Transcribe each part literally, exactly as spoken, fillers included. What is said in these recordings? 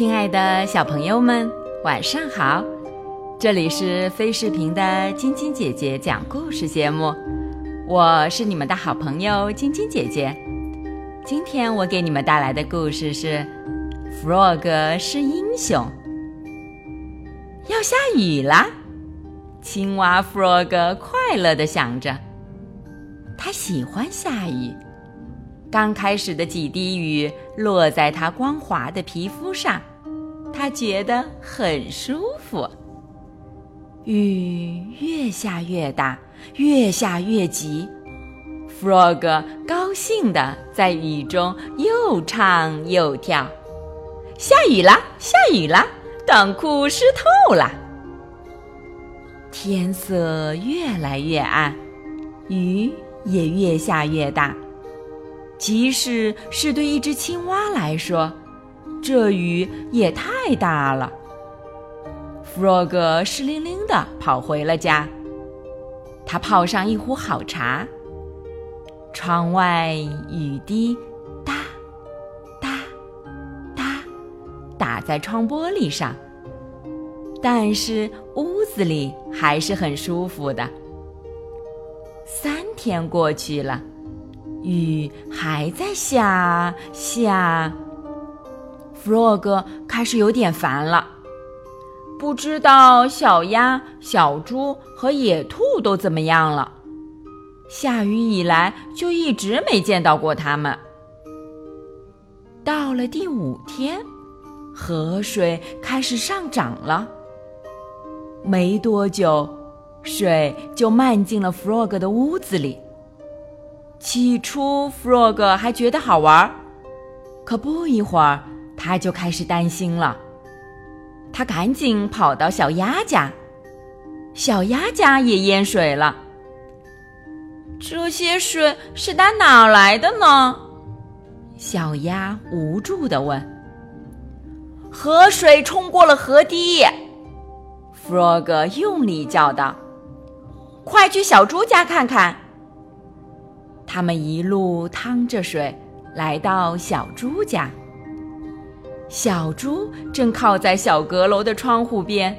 亲爱的小朋友们，晚上好！这里是飞视频的晶晶姐姐讲故事节目，我是你们的好朋友晶晶姐姐。今天我给你们带来的故事是 Frog 是英雄。要下雨啦！青蛙 Frog 快乐地想着，他喜欢下雨。刚开始的几滴雨落在他光滑的皮肤上，他觉得很舒服。雨越下越大，越下越急。Frog 高兴地在雨中又唱又跳。下雨啦，下雨啦，短裤湿透了。天色越来越暗，雨也越下越大。即使是对一只青蛙来说，这雨也太大了。Frog 湿淋淋地跑回了家，他泡上一壶好茶。窗外雨滴哒哒哒打在窗玻璃上，但是屋子里还是很舒服的。三天过去了，雨还在下下 Frog 开始有点烦了，不知道小鸭、小猪和野兔都怎么样了。下雨以来就一直没见到过它们。到了第五天，河水开始上涨了。没多久，水就漫进了 Frog 的屋子里。起初 Frog 还觉得好玩，可不一会儿他就开始担心了。他赶紧跑到小鸭家，小鸭家也淹水了。这些水是打哪来的呢？小鸭无助地问。河水冲过了河堤。Frog 用力叫道，快去小猪家看看。他们一路趟着水来到小猪家。小猪正靠在小阁楼的窗户边。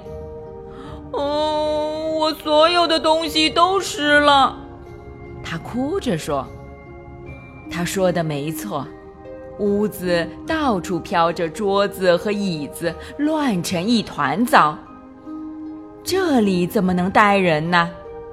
哦，我所有的东西都湿了，他哭着说。他说的没错，屋子到处飘着桌子和椅子，乱成一团糟。这里怎么能待人呢？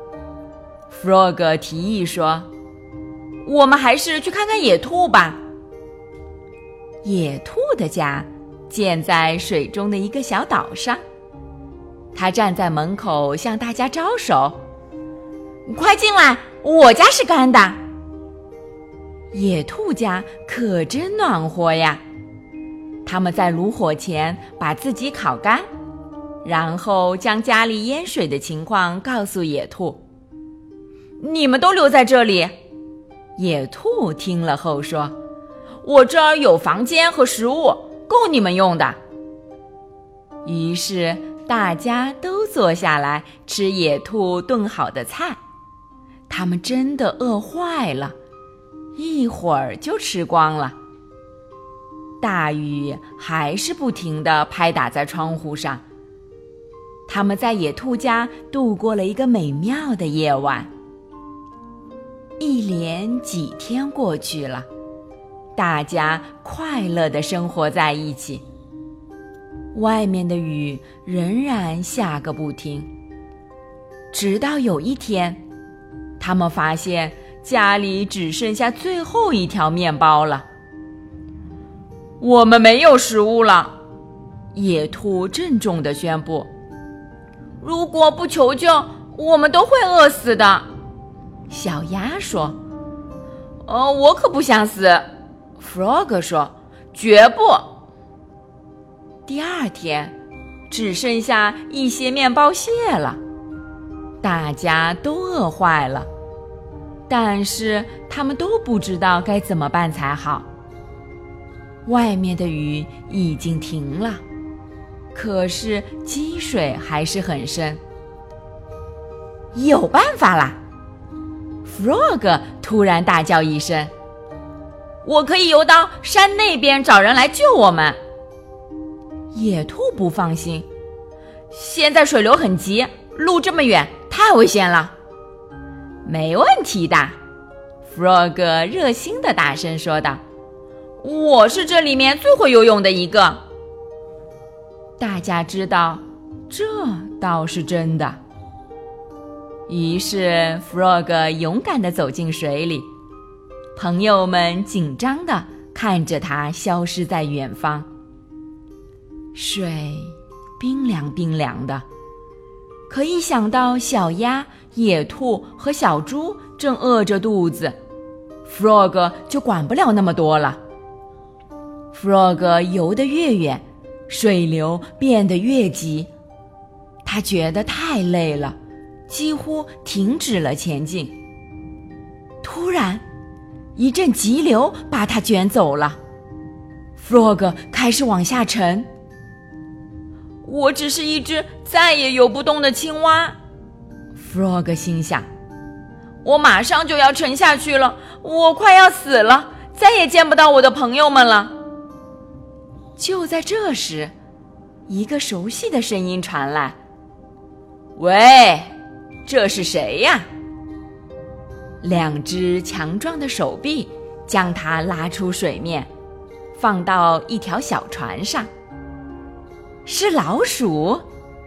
Frog 提议说，我们还是去看看野兔吧。野兔的家建在水中的一个小岛上，他站在门口向大家招手，快进来，我家是干的。野兔家可真暖和呀，他们在炉火前把自己烤干，然后将家里淹水的情况告诉野兔。你们都留在这里。野兔听了后说，我这儿有房间和食物，够你们用的。于是大家都坐下来吃野兔炖好的菜。他们真的饿坏了，一会儿就吃光了。大雨还是不停地拍打在窗户上。他们在野兔家度过了一个美妙的夜晚。一连几天过去了，大家快乐地生活在一起。外面的雨仍然下个不停，直到有一天，他们发现家里只剩下最后一条面包了。我们没有食物了，野兔郑重地宣布。如果不求救，我们都会饿死的。小鸭说，呃，我可不想死。Frog 说，绝不。第二天，只剩下一些面包屑了，大家都饿坏了，但是他们都不知道该怎么办才好。外面的雨已经停了，可是积水还是很深。有办法啦！ Frog 突然大叫一声，我可以游到山那边找人来救我们。 野兔不放心，现在水流很急，路这么远，太危险了。没问题的， Frog 热心地大声说道，我是这里面最会游泳的一个。大家知道，这倒是真的。于是 Frog 勇敢地走进水里，朋友们紧张地看着他消失在远方。水冰凉冰凉的，可一想到小鸭、野兔和小猪正饿着肚子， Frog 就管不了那么多了。Frog 游得越远，水流变得越急，他觉得太累了，几乎停止了前进。突然，一阵急流把他卷走了， Frog 开始往下沉。我只是一只再也游不动的青蛙， Frog 心想，我马上就要沉下去了，我快要死了，再也见不到我的朋友们了。就在这时，一个熟悉的声音传来，喂，这是谁呀？两只强壮的手臂将它拉出水面，放到一条小船上。是老鼠。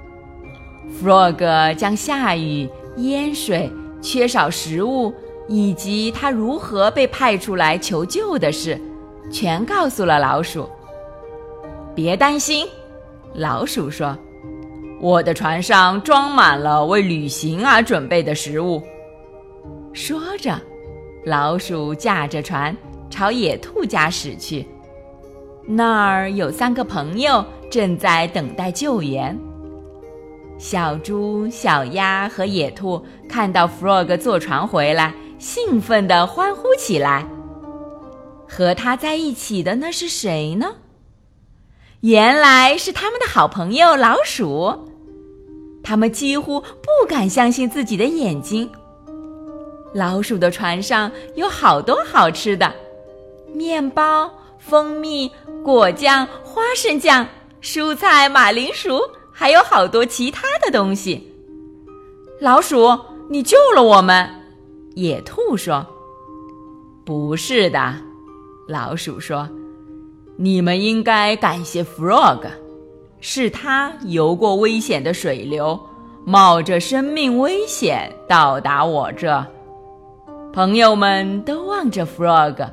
Frog 将下雨、淹水、缺少食物以及他如何被派出来求救的事全告诉了老鼠。别担心，老鼠说，我的船上装满了为旅行而准备的食物。说着，老鼠驾着船朝野兔家驶去。那儿有三个朋友正在等待救援。小猪、小鸭和野兔看到 Frog 坐船回来，兴奋地欢呼起来。和他在一起的那是谁呢？原来是他们的好朋友老鼠。他们几乎不敢相信自己的眼睛。老鼠的船上有好多好吃的，面包、蜂蜜、果酱、花生酱、蔬菜、马铃薯，还有好多其他的东西。老鼠，你救了我们，野兔说。不是的，老鼠说，你们应该感谢 Frog， 是他游过危险的水流，冒着生命危险到达我这。朋友们都望着 Frog，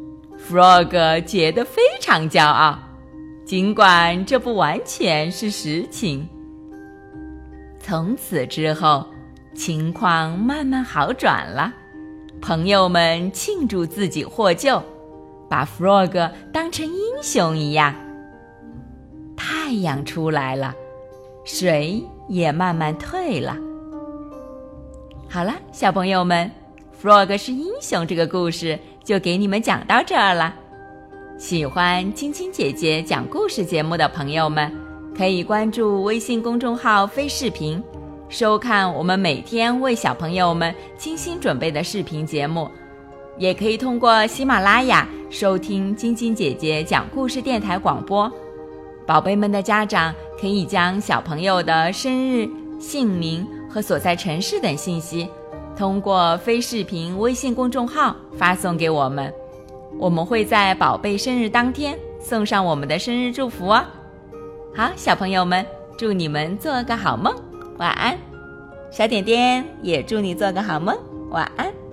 Frog 觉得非常骄傲，尽管这不完全是实情。从此之后，情况慢慢好转了，朋友们庆祝自己获救，把 Frog 当成英雄一样。太阳出来了，水也慢慢退了。好了，小朋友们， Frog 是英雄这个故事就给你们讲到这儿了。喜欢青青姐姐讲故事节目的朋友们，可以关注微信公众号飞视频，收看我们每天为小朋友们精心准备的视频节目，也可以通过喜马拉雅收听晶晶姐姐讲故事电台广播。宝贝们的家长可以将小朋友的生日、姓名和所在城市等信息通过飞视频微信公众号发送给我们，我们会在宝贝生日当天送上我们的生日祝福哦。好，小朋友们，祝你们做个好梦，晚安。小点点也祝你做个好梦，晚安。